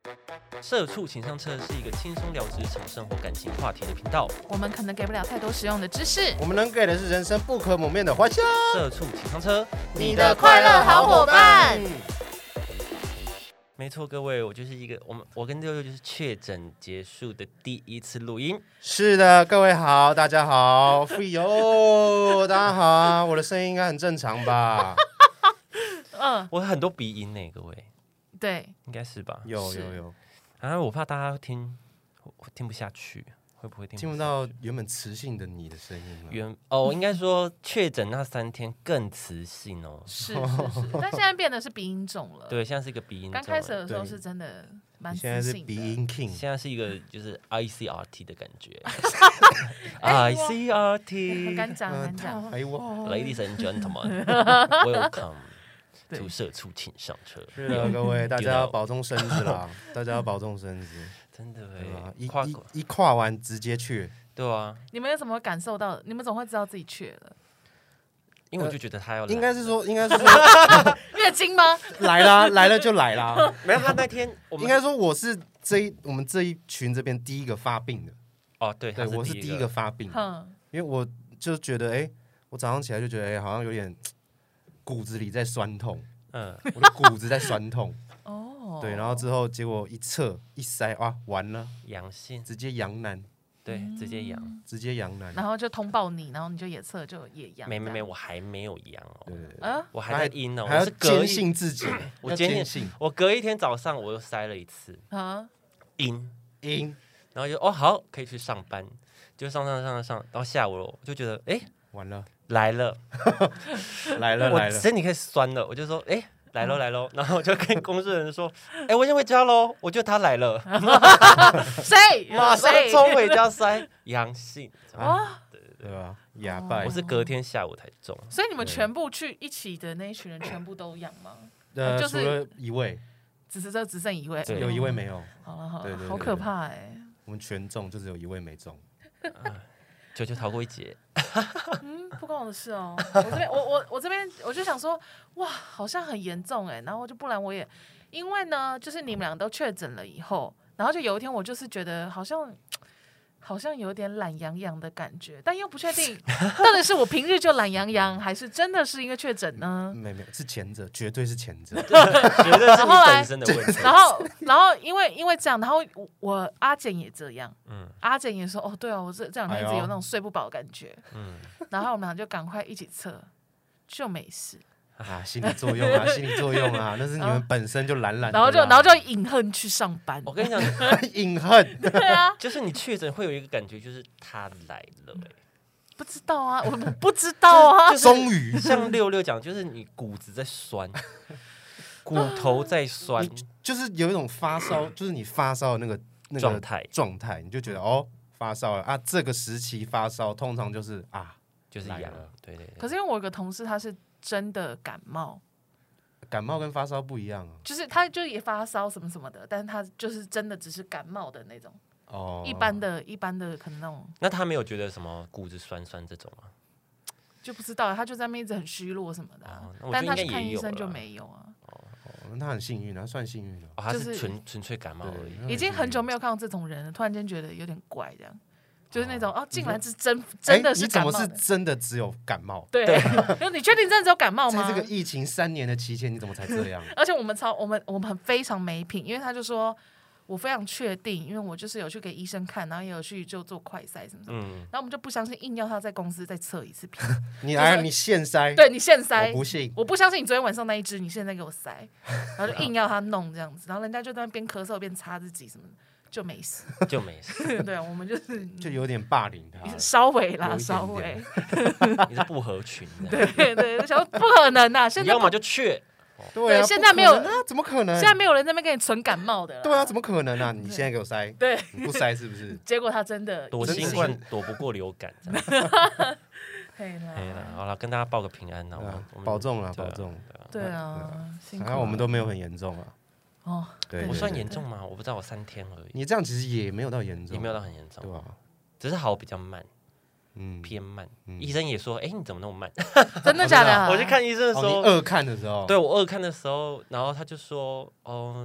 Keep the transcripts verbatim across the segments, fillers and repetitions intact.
社畜情商车是一个轻松聊职场、生活、感情话题的频道。 我们可能给不了太多实用的知识， 我们能给的是人生不可磨灭的欢笑。 社畜情商车， 你的快乐好伙伴。 没错，各位，我就是一个我们我跟六六就是确诊结束的第一次录音。 是的，各位好，大家好 ，Free 哟，大家好啊，我的声音应该很正常吧？ 嗯， 我很多鼻音呢，各位， 对， 应该是吧？ 有有有， 啊，我怕大家听听不下去，会不会听不听不到原本磁性的你的声音吗？ 原哦，应该说确诊那三天更磁性哦。 是是是，但现在变得是鼻音重了。 对，现在是一个鼻音重了。 刚开始的时候是真的蛮磁性的。 现在是鼻音 king， 现在是一一个就是 I C R T 的感觉。I C R T， 很敢讲，很敢讲。 哎呦 ，Ladies and gentlemen，welcome to 社畜请上车。 是的，各位大家要保重身子啦，大家要保重身子。 真的哎，一跨一一跨完直接去。 对啊， 你们有什么感受到？你们总会知道自己确了， 因为我就觉得他要来， 应该是说，应该是说月经吗？ 来啦，来了就来啦。 没有他那天，我们应该说我是这一我们这一群这边第一个发病的。 哦，对， 对，我是第一个发病，因为我就觉得，哎，我早上起来就觉得，哎，好像有点骨子里在酸痛，嗯，我的骨子在酸痛。哦，对，然后之后结果一测一筛，哇，完了， 阳性， 直接阳男。 对，直接阳， 直接阳男， 然后就通报你，然后你就也测就也阳。 没没没，我还没有阳哦， 对对对，我还在阴哦， 还要坚信自己， 我坚信，我隔一天早上我又筛了一次啊，阴阴， 然后就哦好，可以去上班，就上上上上，然后下午我就觉得哎完了来了来了来了， 我身体开始酸了，我就说哎。来喽来喽，然后我就跟公司的人说：“哎、欸，我先回家喽。”我觉得他来了， 谁马上冲回家筛阳性啊？对对对吧？哑巴， 我是隔天下午才中， 所以你们全部去一起的那一群人全部都阳吗？ 呃，就是除了一位， 只是这只剩一位， 有一位没有。 好了好了，好可怕哎！ 我们全中，就只有一位没中。 就就逃过一劫， 嗯，不关我的事哦。我这边，我我我这边，我就想说，哇，好像很严重哎。然后就不然我也，因为呢，就是你们俩都确诊了以后，然后就有一天我就是觉得好像好像有点懒洋洋的感觉，但又不确定到底是我平日就懒洋洋，还是真的是因为确诊呢？ 没没是前者，绝对是前者， 绝对是你本身的问题。 然后然后因为因为这样，然后我阿简也这样，嗯，阿简也说哦，对啊，我这这两天一直有那种睡不饱的感觉，嗯，然后我们俩就赶快一起测，就没事。 啊，心理作用啊，心理作用啊，那是你们本身就懒懒的， 然后就然后就隐恨去上班。 我跟你讲， 隐恨， 对啊， 就是你确诊会有一个感觉，就是他来了、欸， 不知道啊，我不知道啊， 终于像六六讲，就是你骨子在酸，骨头在酸， 就是有一种发烧，就是你发烧的那个那个状态状态，你就觉得哦发烧了啊，这个时期发烧通常就是啊就是阳了，对 对, 对。 可是因为我有个同事他是真的感冒， 感冒跟发烧不一样啊， 就是他就也发烧什么什么的，但是他就是真的只是感冒的那种，哦，一般的一般的可能那种。 那他没有觉得什么骨质酸酸这种吗？ 就不知道，他就在那边一直很虚弱什么的、啊哦，但他去看医生就没有啊。 哦，那他很幸运啊，算幸运了、 哦。他是纯纯粹感冒而已， 已经很久没有看到这种人了，突然间觉得有点怪这样。就是那种哦，竟然是真真的是感冒的， 你怎么是真的只有感冒？ 对，你确定真的只有感冒吗？ 在这个疫情三年的期间，你怎么才这样？ 而且我们超我们我们非常没品，因为他就说我非常确定，因为我就是有去给医生看，然后也有去就做快筛什么什么，嗯、然后我们就不相信，硬要他在公司再测一次片。 你来、就是，你现筛？ 对你现筛， 我不信， 我不相信你昨天晚上那一支，你现在给我筛，然后就硬要他弄这样子，然后人家就在那边咳嗽边擦自己什么的。就没事， 就没事。 对啊，我们就是就有点霸凌他， 稍微啦，稍微。 你是不合群的， 对对，想不可能呐、啊！现在要么就去， 对啊， 现在没有啊，怎么可能？ 现在没有人在那边给你纯感冒的啦。 对啊，怎么可能啊？你现在给我筛， 对， 你不筛是不是？ 结果他真的躲新冠躲不过流感， 嘿啦， 嘿啦，好了，跟大家报个平安呐， 保重了，保重。 对啊， 好像我们都没有很严重啊。 哦， 对， 我算严重吗？我不知道，我三天而已。 你这样其实也没有到严重， 也没有到很严重， 对吧？ 只是好比较慢，嗯，偏慢。医生也说，哎，你怎么那么慢？ 真的假的？ 我去看医生的时候， 你二看的时候， 对我二看的时候，然后他就说，哦，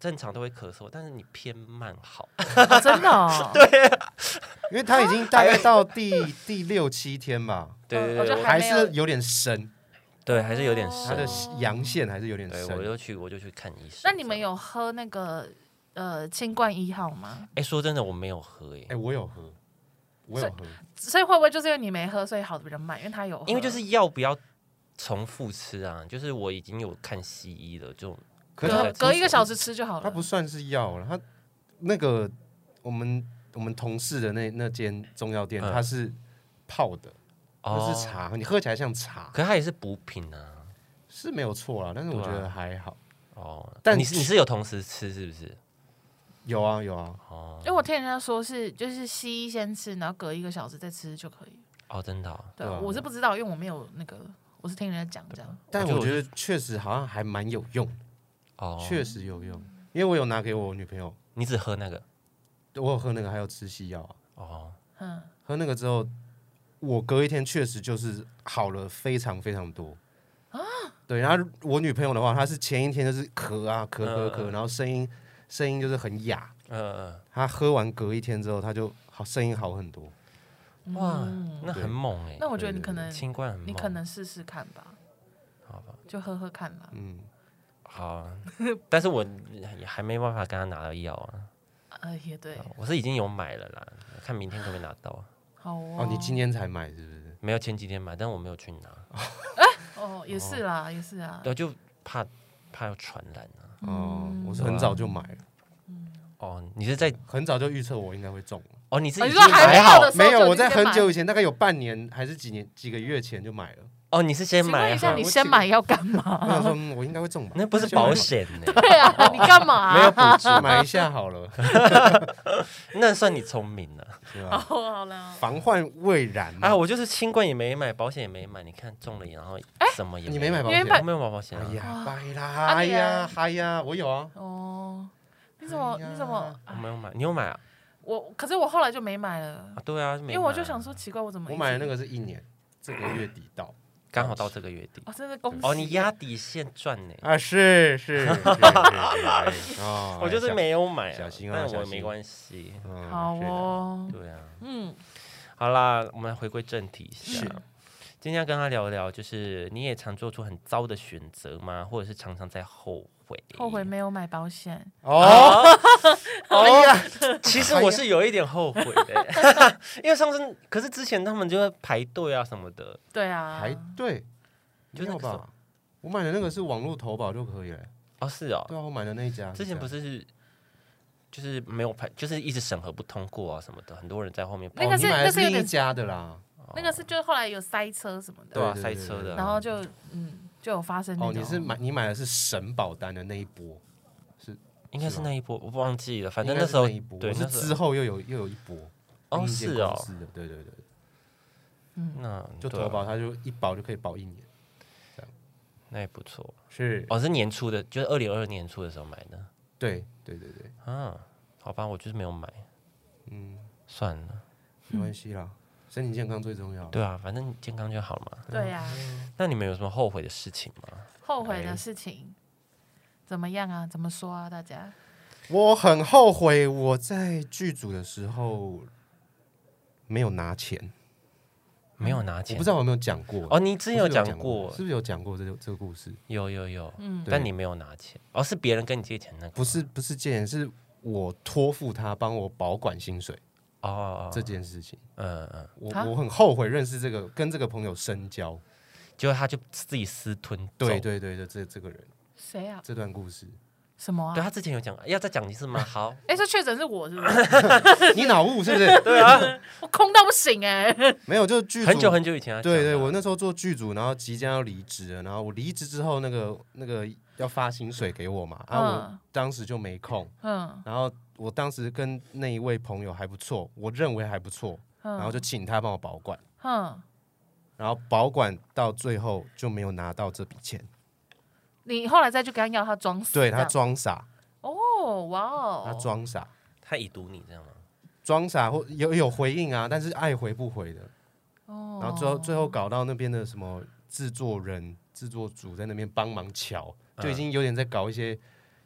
正常都会咳嗽，但是你偏慢好， 哦、真的、哦， 对、 啊，因为他已经大概到第第六七天吧， 对对对， 还是有点深， 对，还是有点深， 他的阳线还是有点深。 对，我就去我就去看医生。 那你们有喝那个呃清冠一号吗？ 哎，说真的，我没有喝耶， 哎，我有喝，我有喝， 所以会不会就是因为你没喝，所以好的比较慢？因为他有喝， 因为就是要不要重复吃啊？就是我已经有看西医了，就。 隔隔一个小时吃就好了。 它不算是药了，它那个我们我们同事的那那间中药店，嗯、它是泡的，那、哦、是茶，你喝起来像茶。 可是它也是补品啊， 是没有错啦，但是我觉得还好。 啊、哦，但你是你是有同时吃是不是？ 有啊有啊。 哦， 因为我听人家说是就是西医先吃，然后隔一个小时再吃就可以。 哦，真的、哦？ 对，对啊、我是不知道，因为我没有那个，我是听人家讲这样。 但我觉得确实好像还蛮有用的。确实有用，因为我有拿给我女朋友。 你只喝那个？ 我有喝那个，还有吃西药啊。 哦， 嗯， 喝那个之后，我隔一天确实就是好了非常非常多啊。对，然后我女朋友的话，她是前一天就是咳啊咳咳咳，然后声音声音就是很哑。嗯嗯。她喝完隔一天之后，她就好声音好很多。 哇，那很猛哎。 那我觉得你可能清冠很猛， 你可能试试看吧。 好吧， 就喝喝看吧。 嗯。好、啊，但是我也还没办法跟他拿到药啊。 呃，也对， 我是已经有买了啦，看明天可不可以拿到。 好哦， 哦，你今天才买是不是？ 没有，前几天买，但我没有去拿。 哎，哦，也是啦，也是啊。 对，就怕怕要传染啊。 哦，我是很早就买了。 嗯。 哦，你是在很早就预测我应该会中。 哦，你是已经还好， 没有，我在很久以前，大概有半年还是几年几个月前就买了。 哦，你是先买？ 请问一下，你先买要干嘛？ 我想说，我应该会中吧？ 那不是保险呢？ 对啊，你干嘛？ 没有补助，买一下好了。 那算你聪明了， 是吧？ 好了， 防患未然啊！我就是清冠也没买，保险也没买，你看中了，然后什么也你没买保险，我没有买保险。 哎呀，拜啦！哎呀，哎呀，我有啊。 哦，你怎么你怎么我没有买？你有买啊？ 我可是我后来就没买了。 啊，对啊， 因为我就想说奇怪，我怎么我买的那个是一年，这个月底到。 刚好到这个月底哦，真的恭喜哦！你压底线赚呢？ 啊，是是是， 哦，我就是没有买， 小心啊， 但我没关系。 好哦， 对啊，嗯，好啦，我们回归正题一下。今天要跟他聊聊，就是你也常做出很糟的选择吗？或者是常常在后悔？ 后悔没有买保险哦。 哎呀，其实我是有一点后悔的，因为上次可是之前他们就会排队啊什么的。 对啊， 排队就那吧。我买的那个是网络投保就可以了。 哦，是哦。 对啊，我买的那一家。 之前不是就是没有排，就是一直审核不通过啊什么的，很多人在后面。 那个是那是另一家的啦。 那个是就是后来有塞车什么的， 对啊，塞车的， 然后就嗯就有发生那种。 哦，你是买你买的是省保单的那一波，是应该是那一波，我忘记了，反正那时候对，是之后又有又有一波。 哦，是哦， 是的，对对对。 嗯， 那就投保，它就一保就可以保一年，这样那也不错。 是哦，是年初的，就是二零二二年初的时候买的。 对对对对。 啊，好吧，我就是没有买。嗯，算了， 没关系啦。身体健康最重要。 对啊，反正健康就好嘛。 对呀、啊。 那你们有什么后悔的事情吗？ 后悔的事情怎么样啊？怎么说啊？大家？ 我很后悔我在剧组的时候没有拿钱， 没有拿钱。 我不知道我有没有讲过哦，你之前有讲过， 是不是有讲过这个这个故事？ 有有有，嗯，但你没有拿钱。哦，是别人跟你借钱那个？ 不是不是借钱，是我托付他帮我保管薪水。哦，这件事情，嗯嗯，我我很后悔认识这个跟这个朋友深交， 结果他就自己私吞。 对对对对，这这个人谁啊？ 这段故事什么啊？ 对他之前有讲，要再讲一次吗？好， 哎，这确诊是我是不是？ 你脑雾是不是？ 对啊， 我空到不行哎。 没有，就是剧组很久很久以前啊。 对对，我那时候做剧组，然后即将要离职了，然后我离职之后，那个那个要发薪水给我嘛，然后我当时就没空，嗯，然后。我当时跟那一位朋友还不错，我认为还不错，嗯、然后就请他帮我保管，嗯、然后保管到最后就没有拿到这笔钱。 你后来再去跟他要，他装死， 对他装傻。 哦，哇哦， 他装傻， 他已读你这样吗？ 装傻或有有回应啊，但是爱回不回的。哦，然后最后最后搞到那边的什么制作人、制作组在那边帮忙瞧，就已经有点在搞一些。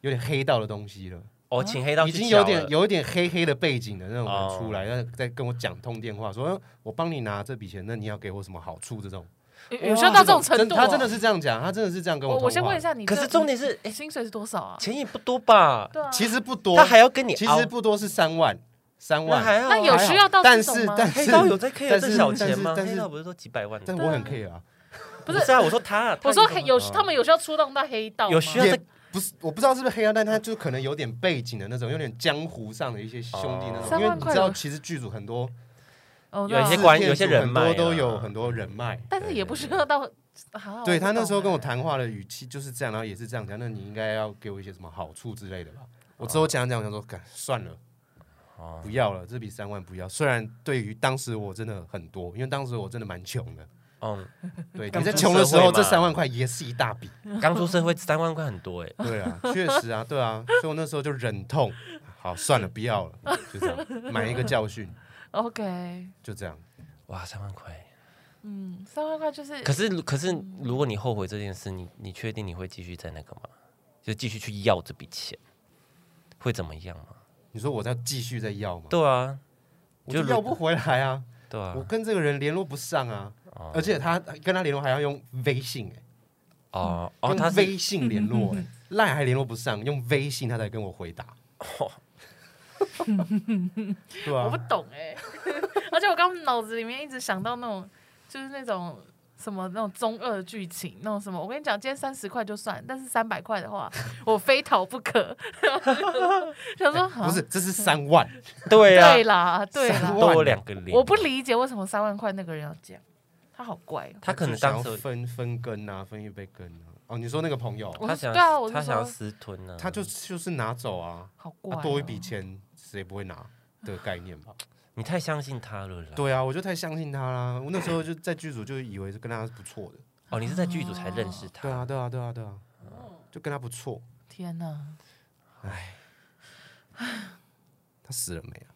有点黑道的东西了。 哦，请黑道已经有点有一点黑黑的背景的那种人出来，哦、在跟我讲通电话，说我帮你拿这笔钱，那你要给我什么好处？这种有需要到这种程度、哦？ 他真的是这样讲，他真的是这样跟我通话。 我先问一下你， 可是重点是， 哎，薪水是多少啊？ 钱也不多吧？ 对啊， 其实不多， 他还要跟你， 其实不多，是三万，三万。 那, 那有需要到这种吗？ 但是黑道有在 care 这小钱吗？黑道不是说几百万？ 但是我很 care 啊。 不是啊，我说他， 我说有他们有需要出动到黑道吗？ 有需要在。 不是，我不知道是不是黑道，但他就可能有点背景的那种，有点江湖上的一些兄弟那种。因为你知道，其实剧组很多， 有一些关，有些人脉， 很多都有很多人脉。 但是也不需要到。 对他那时候跟我谈话的语气就是这样，然后也是这样讲。那你应该要给我一些什么好处之类的吧？我之后讲讲，我想说，干算了，不要了，这笔三万不要。虽然对于当时我真的很多，因为当时我真的蛮穷的。嗯，对，你在穷的时候，这三万块也是一大笔。 刚出社会，三万块很多哎。 对啊，确实啊，对啊，所以我那时候就忍痛，好算了，不要了，就这样，买一个教训。 OK， 就这样。 哇，三万块。 嗯，三万块就是。 可是，可是，如果你后悔这件事，你你确定你会继续在那个吗？就继续去要这笔钱，会怎么样吗？ 你说我再继续再要吗？ 对啊， 我就要不回来啊。 对啊， 我跟这个人联络不上啊。而且他跟他联络还要用微信哎、欸，哦，用微信联络哎、欸，赖还联络不上，用微信他才跟我回答。哦、对啊， 我不懂哎、欸，而且我刚脑子里面一直想到那种，就是那种什么那种中二剧情，那种什么，我跟你讲，今天三十块就算，但是三百块的话，我非逃不可。想说、欸、 不是，这是三万， 对啊， 对啦，对啦， 多两个零， 我不理解为什么三万块那个人要这样。他好怪哦， 他可能当时分分羹啊，分一杯羹啊。哦，你说那个朋友， 他想对啊，我他想要私吞啊， 他就就是拿走啊， 好怪、哦， 多一笔钱谁不会拿的概念吧？ 你太相信他了啦。 对啊，我就太相信他啦。我那时候就在剧组就以为是跟他是不错的。 哦，你是在剧组才认识他？ 对啊，对啊，对啊，对啊，就跟他不错。 天哪， 哎，他死了没啊？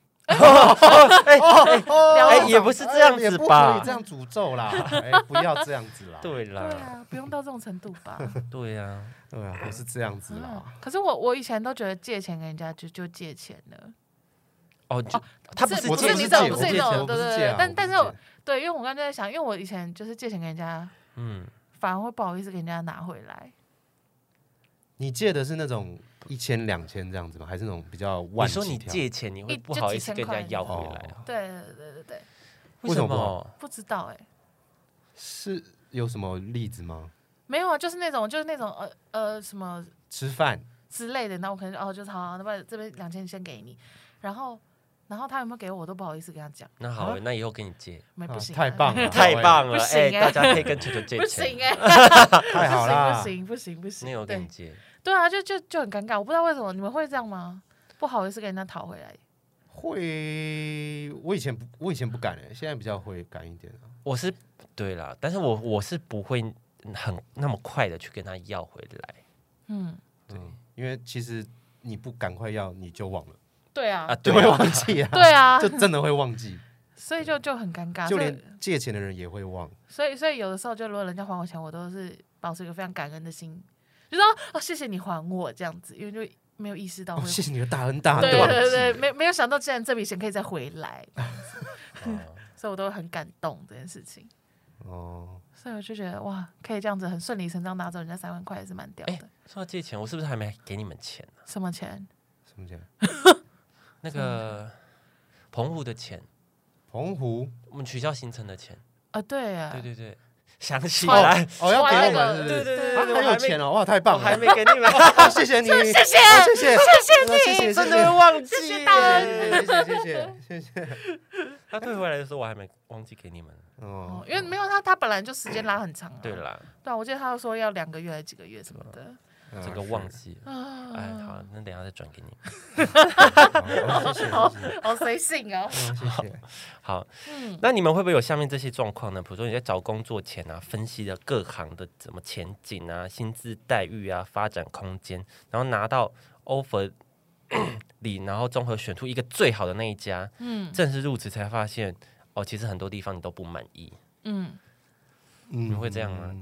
哎，也不是这样子吧？ 不可以这样诅咒啦！哎，不要这样子啦。 对啦， 对啊，不用到这种程度吧？ 对呀， 对啊，不是这样子啦。 可是我我以前都觉得借钱给人家就就借钱了。 哦，他不是不是你这种，不是你这种，对对对。但但是对，因为我刚刚就在想，因为我以前就是借钱给人家，嗯，反而会不好意思给人家拿回来。 你借的是那种一千两千这样子吗？还是那种比较万？ 你说你借钱，你会不好意思跟人家要回来啊？ 对对对对对， 为什么？ 不知道哎、欸， 是有什么例子吗？ 没有啊，就是那种就是那种呃呃什么吃饭之类的，那我可能哦就是好，那把这边两千先给你，然后然后他有没有给我，我都不好意思跟他讲。 那好，那以后跟你借， 没不行， 太棒了， 太棒了，哎，大家可以跟球球借钱，不行哎，太好了， 不行不行不行， 那我跟你借。 对啊，就就就很尴尬，我不知道为什么你们会这样吗？不好意思跟人家讨回来。 会，我以前不，我以前不敢哎、欸，现在比较会敢一点、啊、 我是对啦，但是我我是不会很那么快的去跟他要回来。 嗯， 对，因为其实你不赶快要，你就忘了。 对啊， 啊就会忘记啊。 对啊， 就真的会忘记。 所以就就很尴尬， 就连借钱的人也会忘。 所以所以有的时候，就如果人家还我钱，我都是保持一个非常感恩的心。就说哦，谢谢你还我这样子，因为就没有意识到、 哦，谢谢你的大恩大恩， 对对对，没没有想到竟然这笔钱可以再回来，所以我都很感动这件事情。哦，所以我就觉得哇，可以这样子很顺理成章拿走人家三万块，也是蛮屌的。 说到借钱，我是不是还没给你们钱、啊？ 什么钱？ 什么钱？ 那个澎湖的钱。 澎湖？ 我们取消行程的钱。 啊，对啊， 对对对。想起来哦，要给你们是不是？ 对对对， 很有钱哦，哇，太棒了！ 我还没给你们， 谢谢你， 谢谢，谢谢， 谢谢谢， 真的会忘记， 谢谢大恩， 谢谢，谢谢，谢谢。 他退回来的时候，我还没忘记给你们哦，因为没有他，他本来就时间拉很长啊。 对啦， 对啊，我记得他说要两个月还是几个月什么的。 这个忘记了，哎，好，那等一下再转给你。 好，好随性哦， 谢谢。 好，那你们会不会有下面这些状况呢？比如说你在找工作前啊，分析了各行的怎么前景啊、薪资待遇啊、发展空间，然后拿到 offer 里，然后综合选出一个最好的那一家，嗯，正式入职才发现，哦，其实很多地方你都不满意，嗯，你们会这样吗？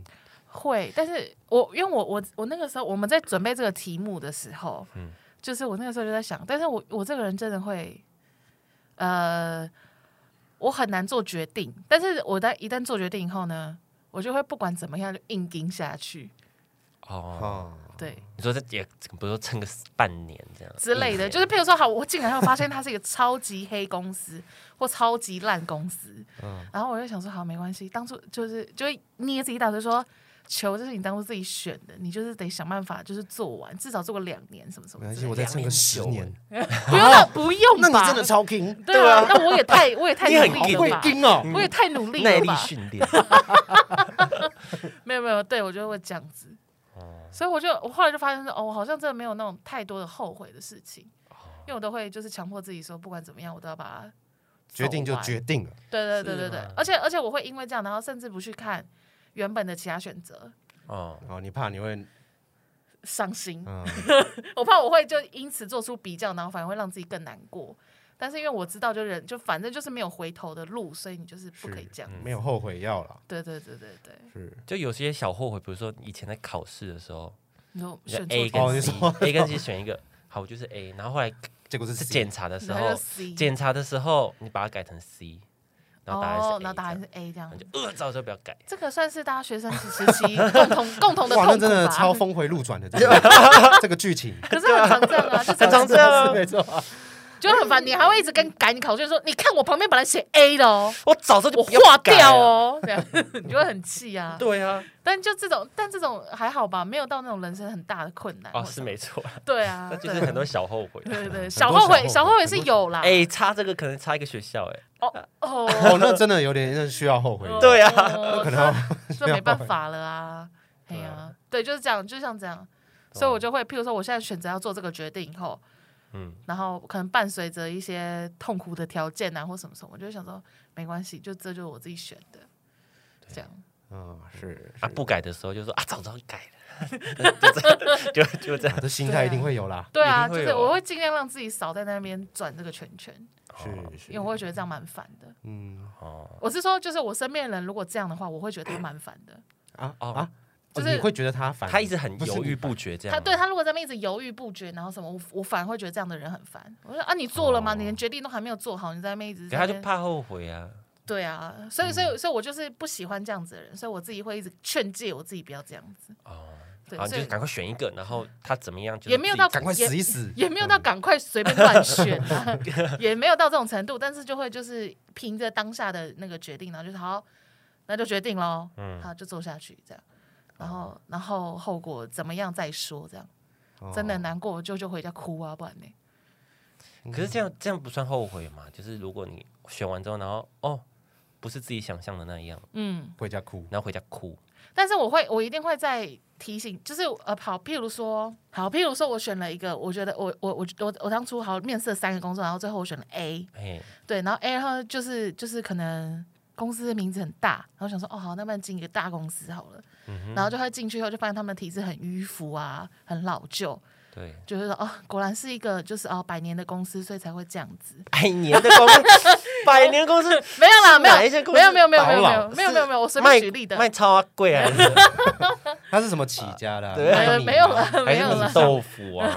会，但是我因为我我我那个时候我们在准备这个题目的时候，嗯，就是我那个时候就在想，但是我我这个人真的会，呃，我很难做决定，但是我在一旦做决定以后呢，我就会不管怎么样就硬盯下去。 哦， 对， 你说这也不是说撑个半年这样之类的，就是譬如说，好，我进来后发现它是一个超级黑公司或超级烂公司，嗯，然后我就想说，好，没关系，当初就是就会捏自己大腿说，球这是你当初自己选的，你就是得想办法，就是做完，至少做个两年什么什么。 没关系，我再撑个十年， 不用了，不用吧？ 那你真的超拼， 对啊，那我也太我也太努力了吧？ 拼哦， 我也太努力了吧？ 耐力训练， 没有没有，对我就会这样子。所以我就我后来就发现说，哦，我好像真的没有那种太多的后悔的事情，因为我都会就是强迫自己说，不管怎么样，我都要把它决定就决定了。 对对对对对，而且而且我会因为这样，然后甚至不去看原本的其他选择。 哦，哦，你怕你会伤心，嗯、我怕我会就因此做出比较，然后反而会让自己更难过。但是因为我知道，就人就反正就是没有回头的路，所以你就是不可以这样， 没有后悔药了。 对对对对对， 是。 就有些小后悔，比如说以前在考试的时候， 你说选 A 跟 C，A 跟 C 选一个，好，我就是 A， 然后后来结果是检查的时候，检查的时候你把它改成 C。然后答案是 A，、哦、 然后答案是 A 这样， 就呃，早就不要改。 这个算是大家学生时期共同共同的痛苦吧。哇， 那真的超峰回路转的这个这个剧情。 可是很常这样啊，就很常这样啊， 没错。 就很烦，你还会一直跟改你考卷说，你看我旁边本来写 A 的哦， 我早就我划掉哦，这样你就会很气啊。 对啊， 但就这种，但这种还好吧，没有到那种人生很大的困难。 哦，是没错。 对啊， 就是很多小后悔。 对对对，小后悔，小后悔是有啦。 哎，差这个可能差一个学校，哎。 哦哦， 那真的有点需要后悔。 对啊， 那可能这没办法了啊。哎呀，对，就是这样，就像这样，所以我就会，譬如说，我现在选择要做这个决定以后。嗯，然后可能伴随着一些痛苦的条件啊，或什么什么，我就想说没关系，就这就是我自己选的，这样。 嗯，是啊，不改的时候就说啊，早知道改了，就就就这样， 这心态一定会有啦。 对啊，就是我会尽量让自己少在那边转这个圈圈， 是是， 因为我会觉得这样蛮烦的。嗯，哦，我是说，就是我身边的人如果这样的话，我会觉得他蛮烦的。 啊啊。就是你会觉得他烦， 他一直很犹豫不决，这样。 他对他如果在那边一直犹豫不决，然后什么，我我反而会觉得这样的人很烦。我说啊，你做了吗？你连决定都还没有做好，你在那边一直。 他就怕后悔啊。 对啊，所以所以所以我就是不喜欢这样子的人，所以我自己会一直劝诫我自己不要这样子。哦， 对，所以赶快选一个，然后他怎么样， 也没有到赶快死一死， 也没有到赶快随便乱选啊，也没有到这种程度，但是就会就是凭着当下的那个决定，然后就是好，那就决定咯，嗯，好就做下去这样。然后，然后后果怎么样再说，这样、哦、真的难过就就回家哭啊，不然呢？ 可是这样这样不算后悔嘛？就是如果你选完之后，然后哦，不是自己想象的那样， 嗯，回家哭， 然后回家哭。 但是我会，我一定会再提醒，就是呃，好，譬如说，好，譬如说我选了一个，我觉得我我我我我当初好面试了三个工作，然后最后我选了 A， 对，然后 A 然后就是就是可能。公司的名字很大，然后想说哦好，那不然进一个大公司好了，嗯、然后就会进去以后就发现他们的体制很迂腐啊，很老旧， 对， 就是说哦，果然是一个就是哦百年的公司，所以才会这样子。 百年的公司，百年公司没有啦，没有，没有，没有，没有，没有，没有，没有，没有，没有，我随便举例的， 卖超贵啊！ 他是什么起家的？ 对，没有了，没有了， 豆腐啊，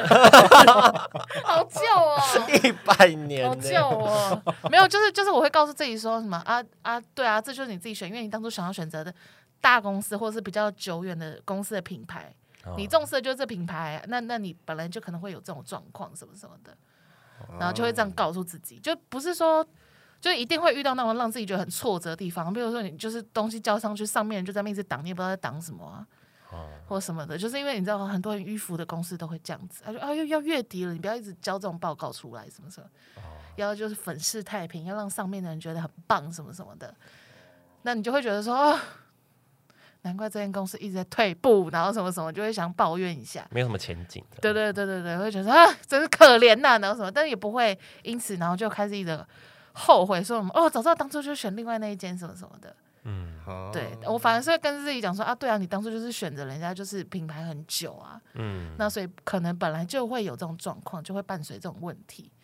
好旧哦， 一百年， 好旧哦，没有，就是就是我会告诉自己说什么啊啊，对啊，这就是你自己选，因为你当初想要选择的大公司或者是比较久远的公司的品牌。你重视的就是这品牌，那那你本来就可能会有这种状况什么什么的，然后就会这样告诉自己，就不是说就一定会遇到那种让自己觉得很挫折的地方，比如说你就是东西交上去，上面人就在那边一直挡，你也不知道在挡什么啊，或什么的，就是因为你知道很多人迂腐的公司都会这样子，他说啊要月底了，你不要一直交这种报告出来什么什么，要就是粉饰太平，要让上面的人觉得很棒什么什么的，那你就会觉得说啊。难怪这间公司一直在退步，然后什么什么就会想抱怨一下， 没有什么前景。 对对对对对，会觉得啊，真是可怜呐、啊，然后什么，但是也不会因此然后就开始一直后悔说什么哦，早知道当初就选另外那一间什么什么的。嗯，对我反而是会跟自己讲说啊，对啊，你当初就是选择人家就是品牌很久啊，嗯，那所以可能本来就会有这种状况，就会伴随这种问题。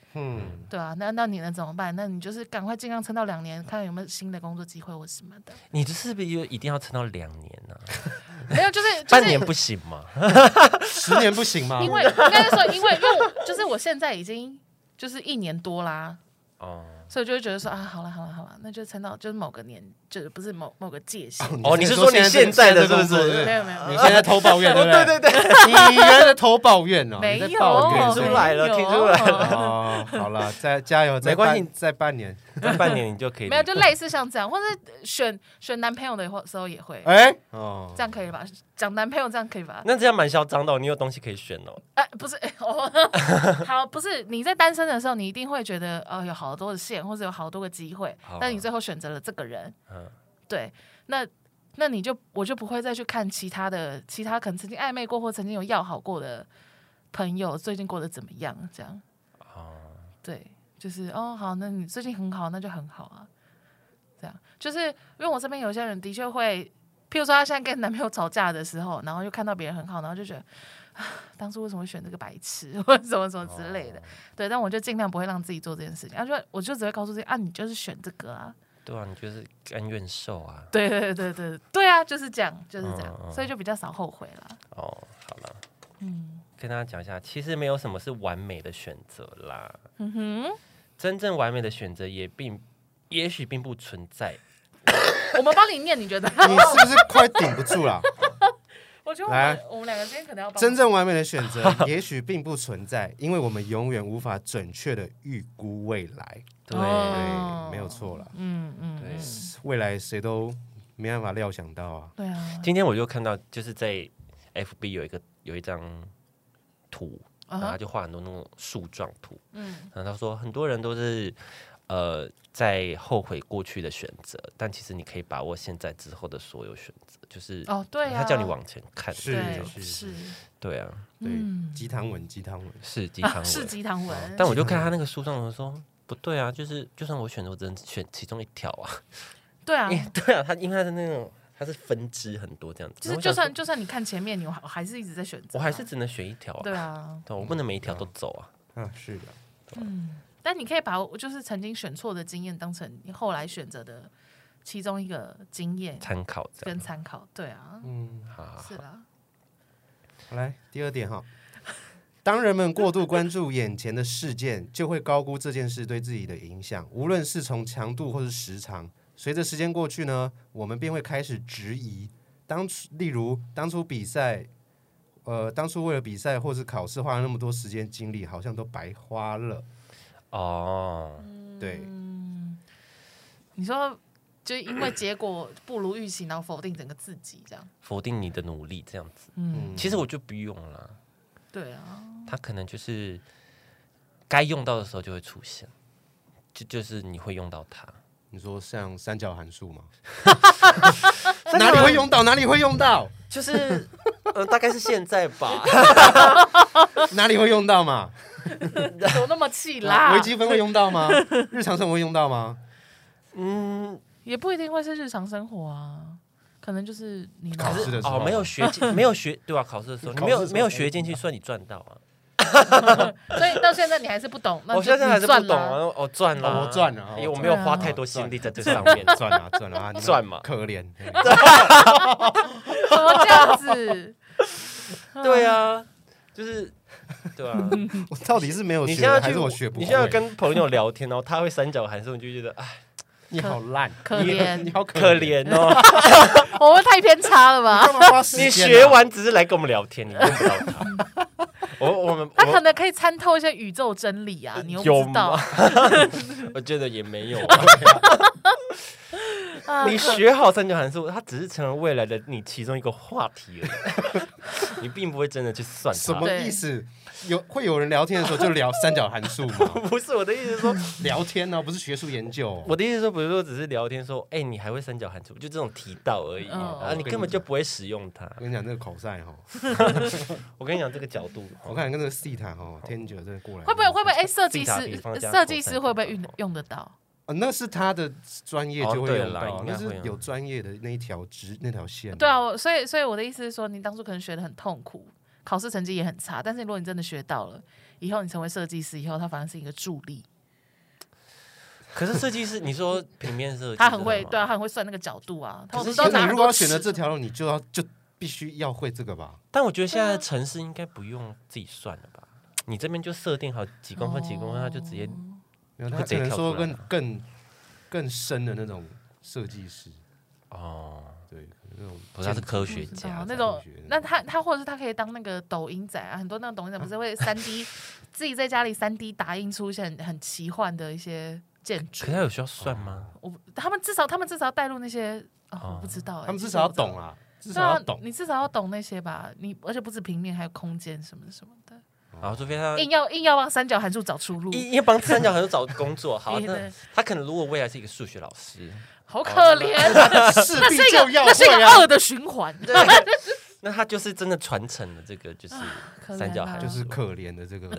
嗯，对啊，那那你能怎么办？那你就是赶快尽量撑到两年，看有没有新的工作机会或什么的。 你是不是一定要撑到两年呢、 啊？没有，就是、就是、 半年不行吗？ 十年不行吗？ 因为应该是说，因为因为我就是我现在已经就是一年多啦。哦。所以就会觉得说啊，好了好了好了，那就撑到就是某个年，就是不是某某个界限。 哦，你是说你现在的是不是？ 没有没有， 你现在偷抱怨对不对？对对对， 你原来偷抱怨哦， 没有， 听出来了，听出来了。 哦，好了，再加油， 没关系， 再半年， 再半年你就可以。 没有，就类似像这样，或者选选男朋友的时候也会。 哎，哦， 这样可以吧？讲男朋友这样可以吧？ 那这样蛮嚣张的，你有东西可以选哦。 哎，不是，哦，好，不是你在单身的时候，你一定会觉得哦，有好多的线，或者有好多个机会，但你最后选择了这个人，嗯，对，那那你就我就不会再去看其他的，其他可能曾经暧昧过或曾经有要好过的朋友最近过得怎么样，这样，哦，对，就是哦，好，那你最近很好，那就很好啊，这样，就是因为我这边有些人的确会。譬如说，她现在跟男朋友吵架的时候，然后又看到别人很好，然后就觉得，啊，当初为什么会选这个白痴，或者什么什么之类的。哦、对，但我就尽量不会让自己做这件事情，然后就我就只会告诉自己，啊，你就是选这个啊。 对啊，你就是甘愿受啊。 对对对对对啊，就是这样，就是这样，嗯、所以就比较少后悔啦。 哦，好了，嗯，跟大家讲一下，其实没有什么是完美的选择啦。嗯哼，真正完美的选择也并也许并不存在。 我们帮你念，你觉得？ 你是不是快顶不住了？ 我觉得我们我们两个今天可能要真正完美的选择，也许并不存在，因为我们永远无法准确的预估未来。 对， 哦、对，没有错了。 嗯嗯，对， 未来谁都没办法料想到啊。 对啊。 今天我就看到，就是在 F B 有一个有一张图，然后他就画很多那种树状图。嗯，然后他说很多人都是。呃，在后悔过去的选择，但其实你可以把握现在之后的所有选择，就是哦，对啊， 他叫你往前看， 是是是， 对啊， 对，鸡汤文，鸡汤文是鸡汤文， 是鸡汤文。 但我就看他那个书上的说，不对啊，就是就算我选择，我只能选其中一条啊。 对啊， 对啊，他因为他是那种他是分支很多这样子， 就是就算就算你看前面，你还是一直在选择， 我还是只能选一条啊。 对啊， 对，我不能每一条都走啊。 啊，是的， 嗯。但你可以把就是曾经选错的经验当成你后来选择的其中一个经验参考跟参考，对啊，嗯，好，是啦。 好，来第二点哈，当人们过度关注眼前的事件，就会高估这件事对自己的影响，无论是从强度或是时长。随着时间过去呢，我们便会开始质疑，当初例如当初比赛，呃，当初为了比赛或是考试花了那么多时间精力，好像都白花了。哦，对， 你说就因为结果不如预期，然后否定整个自己，这样否定你的努力，这样子。嗯，其实我就不用了。 对啊， 他可能就是该用到的时候就会出现，就就是你会用到它。 你说像三角函数吗？哪里会用到？哪里会用到？ 就是呃，大概是现在吧。 哪里会用到嘛？ 有那么气啦？ 微积分会用到吗？日常生活会用到吗？ 嗯，也不一定会是日常生活啊，可能就是你考试的时候哦，没有学进，没有学对吧、啊？考试的时候你没有没有学进去，算你赚到啊。 所以到现在你还是不懂，那我现在还是不懂啊，我赚了， 我赚了， 因为我没有花太多心力在这上面， 赚啊赚啊赚嘛， 可怜， 怎么这样子？ 对啊，就是对啊， 我到底是没有学，还是我学不会？ 你现在跟朋友聊天，然后他会三角函数，你就觉得哎， 你好烂， 可怜， 你好可怜哦， 我们太偏差了吧？ 你学完只是来跟我们聊天，你用不到他。我我们他可能可以参透一些宇宙真理啊，你又不知道。 我觉得也没有。你学好三角函数，它只是成为未来的你其中一个话题而已，你并不会真的去算它。 什么意思？有会有人聊天的时候就聊三角函数吗？ 不是，我的意思是说聊天呢，不是学术研究、哦。 我的意思是说，比如说只是聊天说，哎、欸，你还会三角函数，就这种提到而已、哦、啊，你根本就不会使用它。 我跟你讲，那个口赛哈， 我跟你讲这个角度， 我看跟那个细塔哈，天九真的过来， 会不会会不会？哎、欸，设计师设计师会不会用用得到？ 哦、那是他的专业就会用到， 哦、 那是有专业的那一条直那条线。 对啊，所以所以我的意思是说，你当初可能学得很痛苦，考试成绩也很差，但是如果你真的学到了， 以后你成为设计师以后，他反而是一个助力。 可是设计师，你说平面设计， 他很会，对啊，他很会算那个角度啊。 可是你如果要选择这条路，你就要就必须要会这个吧？ 但我觉得现在的程式应该不用自己算了吧？你这边就设定好几公分几公分，他就直接， 他只能说更更更深的那种设计师哦，对，那种不是他是科学家那种，那他他或者是他可以当那个抖音仔啊，很多那种抖音仔不是会三 D 自己在家里三 D 打印出一些很很奇幻的一些建筑， 可是他有需要算吗？ 我他们至少他们至少要带入那些，哦，我不知道， 他们至少要懂啊。至少要懂， 你至少要懂那些吧。你而且不止平面，还有空间什么什么的。 然后除非他硬要硬要帮三角函数找出路， 硬要帮三角函数找工作。好，那他可能如果未来是一个数学老师， 好可怜，那是一个那是一个恶的循环。 那他就是真的传承了这个，就是三角函数， 就是可怜的这个。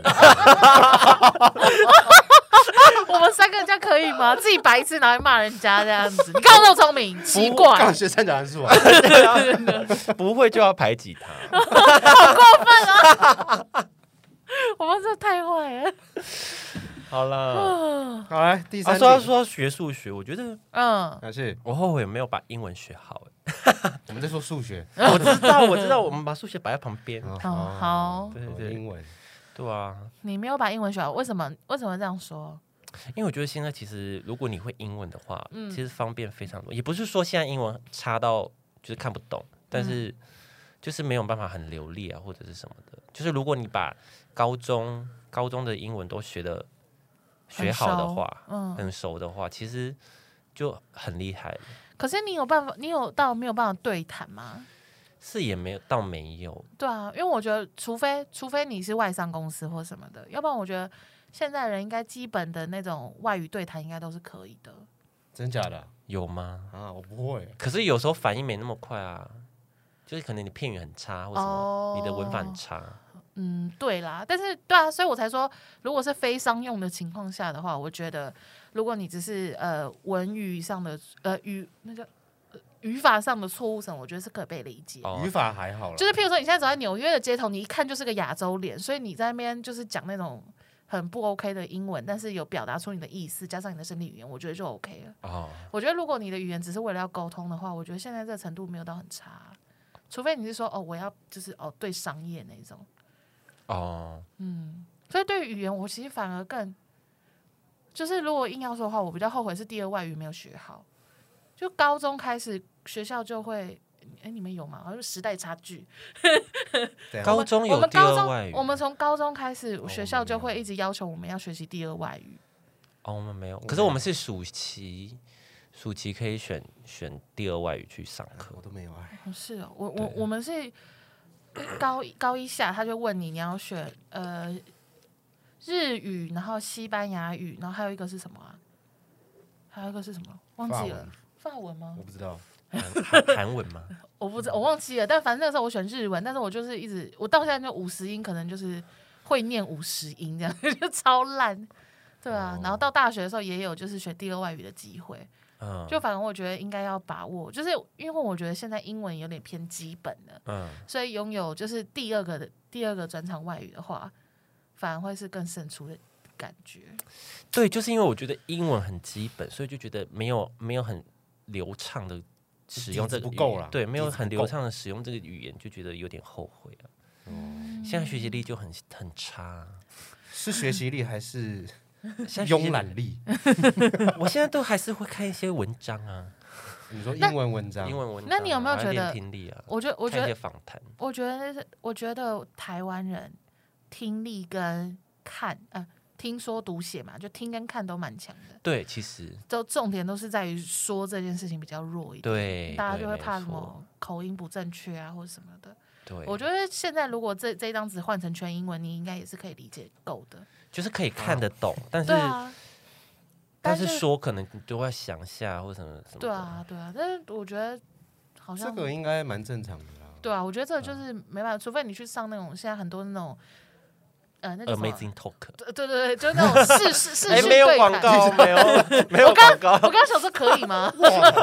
我们三个这样可以吗？自己白一次拿来骂人家这样子，你刚刚那么聪明，奇怪， 刚学三角函数啊， 不会就要排挤他， 好过分啊！我们这太坏了。 好了， 好来第三， 说说学数学，我觉得， 嗯， 那是我后悔没有把英文学好。 我们在说数学， 我知道，我知道，我们把数学摆在旁边。 好好， 对对， 英文， 对啊。 你没有把英文学好，为什么？为什么这样说？ 因为我觉得现在其实，如果你会英文的话，嗯、其实方便非常多。也不是说现在英文差到就是看不懂，但是就是没有办法很流利啊，或者是什么的。就是如果你把高中高中的英文都学的学好的话，嗯，很熟的话，其实就很厉害了。 可是你有办法，你有到没有办法对谈吗？ 是也没有到没有。 对啊，因为我觉得，除非除非你是外商公司或什么的，要不然我觉得。现在人应该基本的那种外语对谈应该都是可以的， 真假的？ 有吗？ 啊，我不会。 可是有时候反应没那么快啊，就是可能你片语很差，或什么、哦、你的文法很差。 嗯，对啦，但是对啊，所以我才说，如果是非商用的情况下的话，我觉得如果你只是呃文语上的呃语那叫。语法上的错误什么，我觉得是可被理解。 哦、语法还好啦， 就是譬如说，你现在走在纽约的街头，你一看就是个亚洲脸，所以你在那边就是讲那种很不 OK 的英文，但是有表达出你的意思，加上你的身体语言，我觉得就 OK 了。哦，我觉得如果你的语言只是为了要沟通的话，我觉得现在这个程度没有到很差，除非你是说哦，我要就是哦对商业那种。哦，嗯，所以对于语言，我其实反而更就是如果硬要说的话，我比较后悔是第二外语没有学好。就高中开始，学校就会，哎，你们有吗？好像时代差距。 高中有第二外语， 我们从高中开始，学校就会一直要求我们要学习第二外语。 哦，我们没有，可是我们是暑期，暑期可以选选第二外语去上课。 我都没有哎。 是哦，我我我们是高高一下，他就问你你要选呃日语，然后西班牙语，然后还有一个是什么啊？还有一个是什么？忘记了。法文吗？ 我不知道， 韩文吗？ 我不知，我忘记了。但反正那时候我选日文，但是我就是一直，我到现在就五十音，可能就是会念五十音这样，就超烂。对啊，哦、然后到大学的时候也有就是学第二外语的机会，嗯、就反正我觉得应该要把握，就是因为我觉得现在英文有点偏基本了，嗯，所以拥有就是第二个的第二个专长外语的话，反而会是更胜出的感觉。 对，就是因为我觉得英文很基本，所以就觉得没有没有很流畅的使用这个不够啦， 对，没有很流畅的使用这个语言，就觉得有点后悔了。嗯，现在学习力就很很差， 是学习力还是慵懒力？ 我现在都还是会看一些文章啊。 你说英文文章， 英文文章， 那你有没有觉得听力啊？ 我觉得，我觉得访谈， 我觉得，我觉得台湾人听力跟看，呃。听说读写嘛，就听跟看都蛮强的。 对，其实都重点都是在于说这件事情比较弱一点。 对， 大家就会怕什么口音不正确啊，或者什么的。 对， 我觉得现在如果这这张纸换成全英文，你应该也是可以理解够的。 就是可以看得懂，啊、但是、 啊、 但是说可能你都要想下或什么什么。 对啊，对啊，但是我觉得好像这个应该蛮正常的啦。 对啊，我觉得这个就是没办法，除非你去上那种现在很多那种。呃，那个 Amazing Talk， 对对对，就是那种视视视讯对谈，没有广告，没有没有广告。 我刚刚想说可以吗？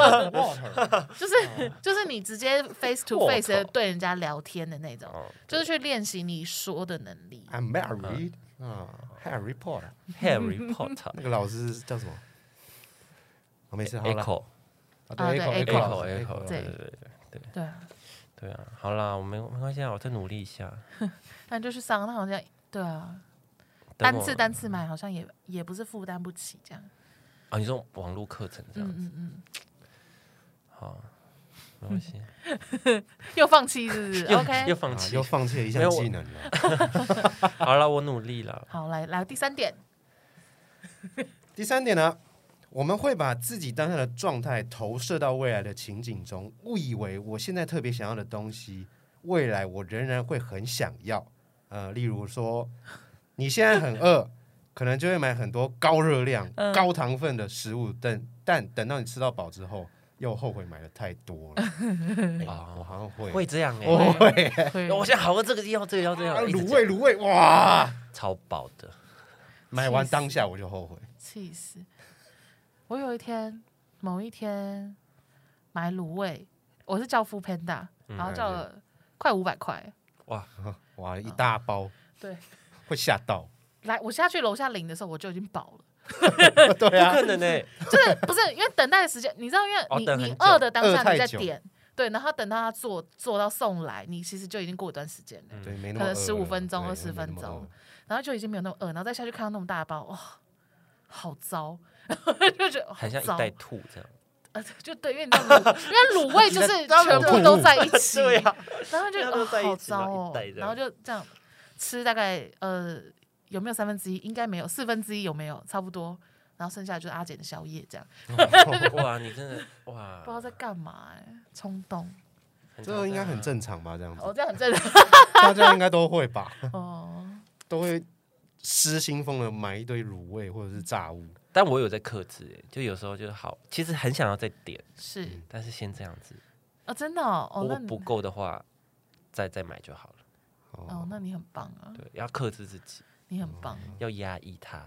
就是就是你直接 face to face 的对人家聊天的那种，就是去练习你说的能力。 I'm married。 啊 ，Harry Potter，Harry Potter， 那个老师叫什么？我没事，好了 ，Echo， 啊，对 ，Echo，Echo， 对对对对对对啊， 对啊，好啦，我没没关系啊，我再努力一下。 那就去上，那好像对啊，单次单次买好像也也不是负担不起这样。 啊，你说网络课程这样子，嗯嗯嗯，好。没关系， 又放弃是不是 ？OK， 又放弃， 又放弃了一项技能了。 好了，我努力了。 好，来来第三点。 第三点呢，我们会把自己当下的状态投射到未来的情景中，误以为我现在特别想要的东西，未来我仍然会很想要。呃，例如说，你现在很饿，可能就会买很多高热量、嗯、高糖分的食物，但但等到你吃到饱之后。又后悔买的太多了啊！我好像会会这样哎、欸， 我会、欸， 我现在好饿，这个要这个要这个要卤味卤味哇， 超饱的， 买完当下我就后悔， 气死！我有一天某一天买卤味，我是叫 Foodpanda， 然后叫了快五百块， 哇哇一大包，嗯、 对， 会吓到。 来，我下去楼下领的时候我就已经饱了。 对啊， 不可能呢、欸， 就是不是因为等待的时间，你知道，因为你、哦、你饿的当下你在点，对，然后等到他做做到送来，你其实就已经过一段时间了， 对、嗯， 可能十五分钟、二十分钟，然后就已经没有那么饿，然后再下去看到那么大包，哇，好糟，就觉得很像一袋吐这样。 呃，就对，因为你知道卤，因为卤味就是全部都在一起， 对呀、啊， 然后就、哦、好糟哦，然后就这样吃大概呃。有没有三分之一？应该没有，四分之一有没有？差不多，然后剩下就是阿简的宵夜这样。 哇，你真的哇， 不知道在干嘛哎、欸，冲动。 这个应该很正常吧？这样子， 哦，这样很正常， 大家应该都会吧？ 哦， 都会失心疯的买一堆卤味或者是炸物。 但我有在克制、欸，就有时候就好，其实很想要再点， 是， 但是先这样子。 哦，真的哦， 如果不够的话，再再买就好了。 哦，那你很棒啊。 对，要克制自己。 你很棒， 要压抑它。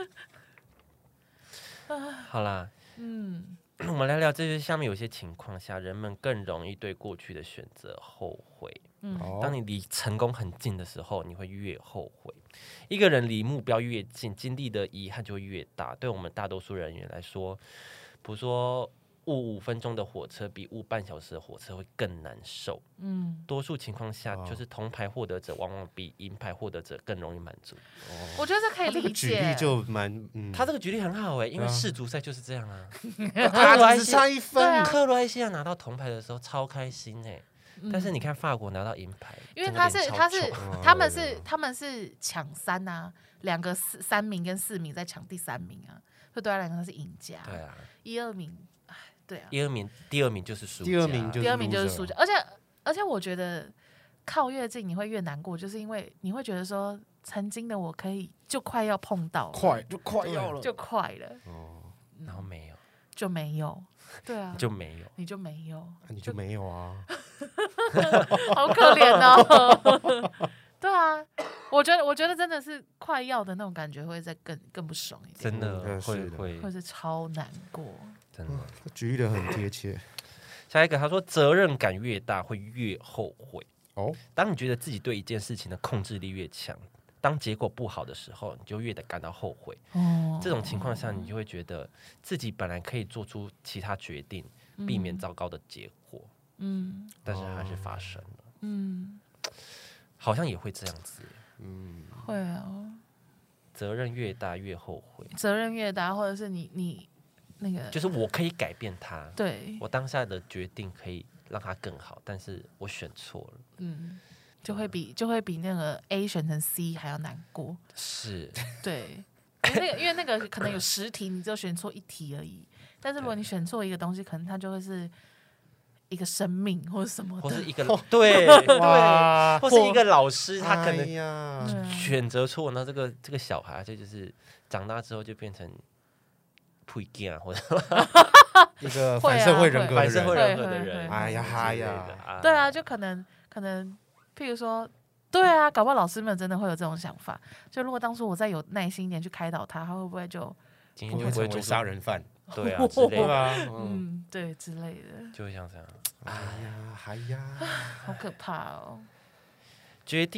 好啦，嗯，我们来聊这些下面有些情况下，人们更容易对过去的选择后悔。嗯，当你离成功很近的时候，你会越后悔。一个人离目标越近，经历的遗憾就会越大。对我们大多数人员来说，比如说误五分钟的火车比误半小时的火车会更难受。嗯，多数情况下，就是铜牌获得者往往比银牌获得者更容易满足。 哦，我觉得这可以理解。 他这个举例就蛮，嗯， 他这个举例很好哎、欸，因为世足赛就是这样啊。 克罗埃西亚一分， 克罗埃西亚拿到铜牌的时候超开心哎、欸嗯，但是你看法国拿到银牌， 因为他是他是他们是他们是抢三啊，两个四三名跟四名在抢第三名啊，所以对他来讲他是赢家。 对啊， 一二名。对啊， 第二名，第二名就是输家， 第二名就是第二名就是输家，而且而且我觉得靠越近你会越难过，就是因为你会觉得说曾经的我可以就快要碰到了， 快就快要了， 就快了， 哦，然后没有， 就没有，对啊， 你就没有， 你就没有， 你就没有啊， 好可怜哦。对啊，我觉得我觉得真的是快要的那种感觉会再更更不爽一点， 真的嗯、 会会会是超难过。 真的， 举例的很贴切。 下一个，他说责任感越大，会越后悔。 哦， 当你觉得自己对一件事情的控制力越强，当结果不好的时候，你就越得感到后悔。哦，这种情况下，你就会觉得自己本来可以做出其他决定，嗯、避免糟糕的结果。嗯，但是还是发生了。嗯，好像也会这样子。 嗯，会啊。 责任越大越后悔， 责任越大，或者是你你。那个就是我可以改变它， 对， 我当下的决定可以让它更好，但是我选错了， 嗯，就会比就会比那个 A 选成 C 还要难过， 是， 对，因为那个因为那个可能有十题，你只有选错一题而已，但是如果你选错一个东西，可能它就会是一个生命或者什么的， 或是一个对对，或是一个老师，他可能选择错，那这个这个小孩，这就是长大之后就变成。配件或者一个反社会人格的人， 反社会人格的人， 哎呀嗨呀， 对啊，就可能可能，譬如说，对啊，搞不好老师们真的会有这种想法。就如果当初我再有耐心一点去开导他，他会不会就今天就不会成为杀人犯？ 对啊，之类的， 嗯，对之类的， 就会像这样。 哎呀，嗨呀， 好可怕哦！ 决定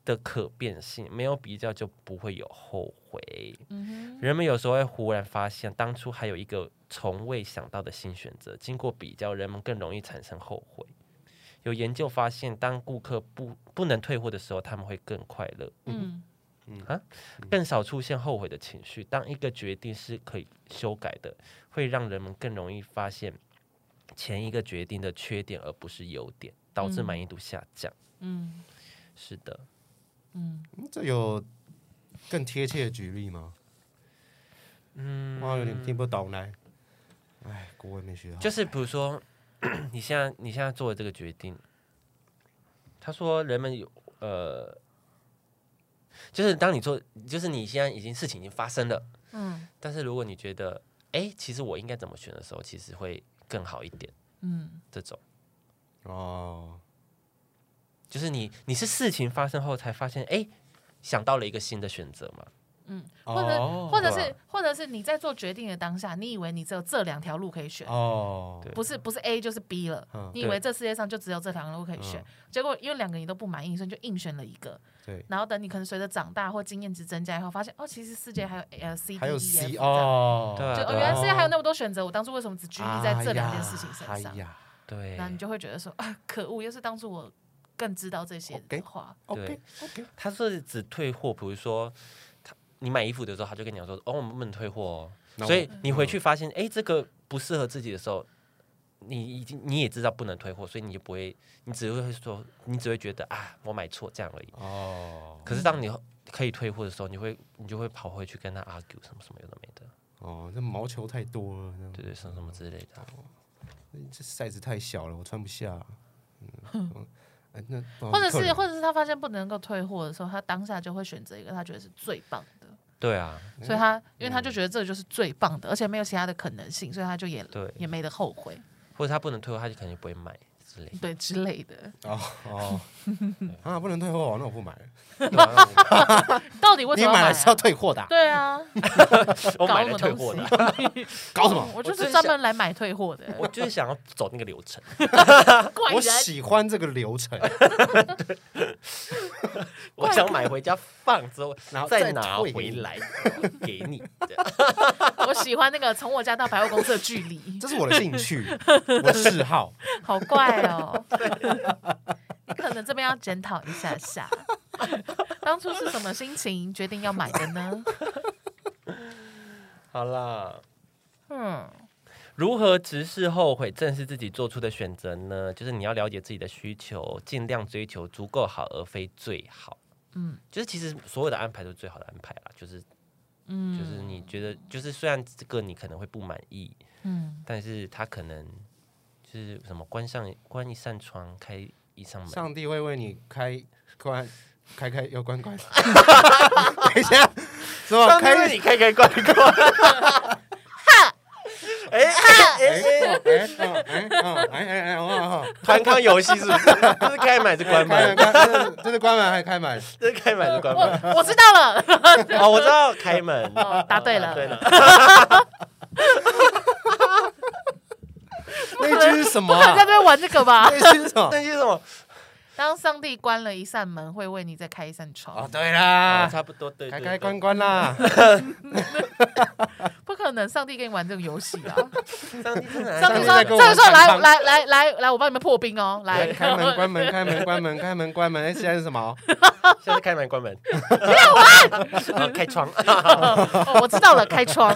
的可变性，没有比较就不会有后悔。 嗯、 人们有时候会忽然发现，当初还有一个从未想到的新选择，经过比较，人们更容易产生后悔。有研究发现，当顾客不不能退货的时候，他们会更快乐。嗯嗯啊，更少出现后悔的情绪。当一个决定是可以修改的，会让人们更容易发现前一个决定的缺点，而不是优点，导致满意度下降。嗯，是的。 嗯， 这有更贴切的举例吗？嗯，我有点听不懂呢。哎，国文没学好。 就是比如说，你现在你现在做的这个决定，他说人们有呃，就是当你做，就是你现在已经事情已经发生了，嗯，但是如果你觉得，哎，其实我应该怎么选的时候，其实会更好一点，嗯，这种，哦。就是你，你是事情发生后才发现，哎，想到了一个新的选择嘛？ 嗯，或者、哦、或者是或者是你在做决定的当下，你以为你只有这两条路可以选，哦，不是不是 A 就是 B 了，嗯、你以为这世界上就只有这两条路可以选，结果因为两个你都不满意，所以就硬选了一个。对，然后等你可能随着长大或经验值增加以后，发现哦，其实世界还有呃 C D E F 哦，对，就、哦、原来世界还有那么多选择，我当初为什么只拘泥在这两件事情身上？哎、 对， 那你就会觉得说啊，可恶，要是当初我更知道这些的话， okay, 对 ，OK， 他是只退货，比如说他你买衣服的时候，他就跟你讲说，哦，我们不能退货哦，所以你回去发现，哎，这个不适合自己的时候，你已经你也知道不能退货，所以你就不会，你只会说，你只会觉得啊，我买错这样而已。哦。可是当你可以退货的时候，你会你就会跑回去跟他 argue 什么什么有的没的。 哦，这毛球太多了。 对对，什么什么之类的。 哦、这 size 太小了，我穿不下。嗯。 嗯或者是，或者是他发现不能够退货的时候，他当下就会选择一个他觉得是最棒的。 对啊， 所以他因为他就觉得这就是最棒的，而且没有其他的可能性，所以他就也也没得后悔。 或者他不能退货，他就可能不会买之类的。 对之类的。 哦哦，啊，不能退货，那我不买了。 到底为什么你买了是要退货的？ 对啊， 我买了退货的， 搞什么？ 我就是专门来买退货的。 我就是想要走那个流程。 我喜欢这个流程。 我想买回家放之后，然后再拿回来给你。 我喜欢那个从我家到百货公司的距离， 这是我的兴趣，我的嗜好。 好怪哦。你可能这边要检讨一下下。当初是什么心情决定要买的呢？ 好啦，嗯，如何直视后悔，正是自己做出的选择呢？就是你要了解自己的需求，尽量追求足够好，而非最好。嗯，就是其实所有的安排都是最好的安排啦。就是，嗯，就是你觉得，就是虽然这个你可能会不满意，嗯，但是他可能就是什么关上关一扇窗，开一扇门， 上帝会为你开关。开开要关关，等一下，是吧？ 开你开开关关，哈，哎哎哎哎哎哎哎，团康游戏是不是？这是开门还是关门？ 这是关门还是开门？ 这是开门还是关门？ 我我知道了， 哦，我知道开门， 哦，答对了， 对了。 那句是什么？ 不可能在这边玩这个吧？ 那句是什么？ 那句是什么？ 当上帝关了一扇门，会为你再开一扇窗。 哦，对啦， 哦、差不多，对， 开开关关啦。 不可能，上帝跟你玩这个游戏啊！ 上帝真的， 上帝说，上帝说，来来来来来，我帮你们破冰哦！来， 开门关门，开门关门，开门关门。哎，现在是什么？ 现在是开门关门。 不要玩！ 哦、开窗、 哦。我知道了，开窗。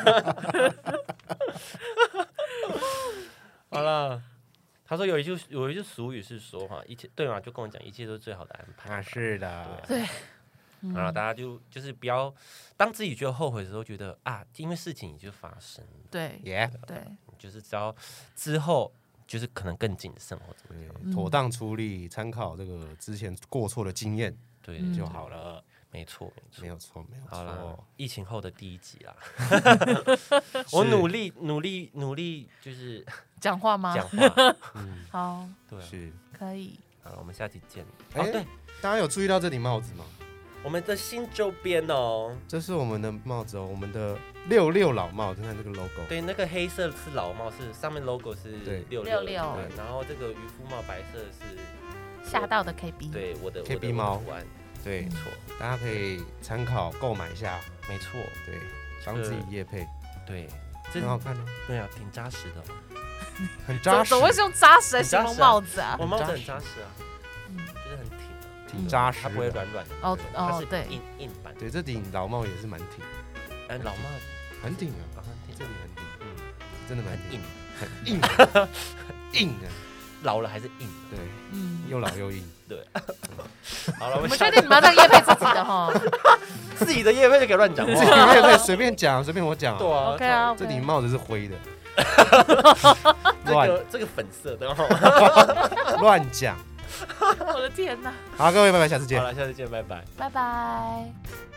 好了。他说有一句有一句俗语是说哈，一切对嘛，就跟我讲，一切都是最好的安排。 啊，是的， 对。 然后大家就就是不要当自己觉得后悔的时候，觉得啊，因为事情已经发生了。 对， 耶， 对， 就是只要之后就是可能更谨慎或怎么样，妥当处理，参考这个之前过错的经验， 对就好了。 没错， 没有错，没有错。 好了，疫情后的第一集啦，我努力努力努力，就是讲话吗？ 讲话， 嗯，好， 对， 是可以。 好，我们下期见。 哦，对，大家有注意到这顶帽子吗？ 我们的新周边哦， 这是我们的帽子哦，我们的六六老帽，你看这个 logo。 对，那个黑色是老帽，是上面 logo 是六六六，然后这个渔夫帽白色是吓到的 K B， 对，我的 K B 猫。 对， 没错， 大家可以参考购买一下， 没错， 对，帮自己业配， 对， 很好看哦， 对啊，挺扎实的， 很扎实， 怎么会是用扎实来形容帽子啊？ 我帽子很扎实啊，嗯，就是很挺， 挺扎实， 它不会软软的， 哦哦，对， 硬硬版， 对，这顶老帽也是蛮挺， 哎，老帽很挺啊， 很挺， 这里很挺，嗯，真的蛮硬， 很硬，很硬啊。 老了还是硬， 对，嗯，又老又硬， 对。好了， 我们确定你们要当业配自己的哈， 自己的业配就可以乱讲话， 自己的业配随便讲，随便我讲， 对啊 ，OK 啊， 这顶帽子是灰的， 乱这个粉色的， 乱讲， 我的天哪！ 好，各位，拜拜，下次见， 好了，下次见，拜拜， 拜拜。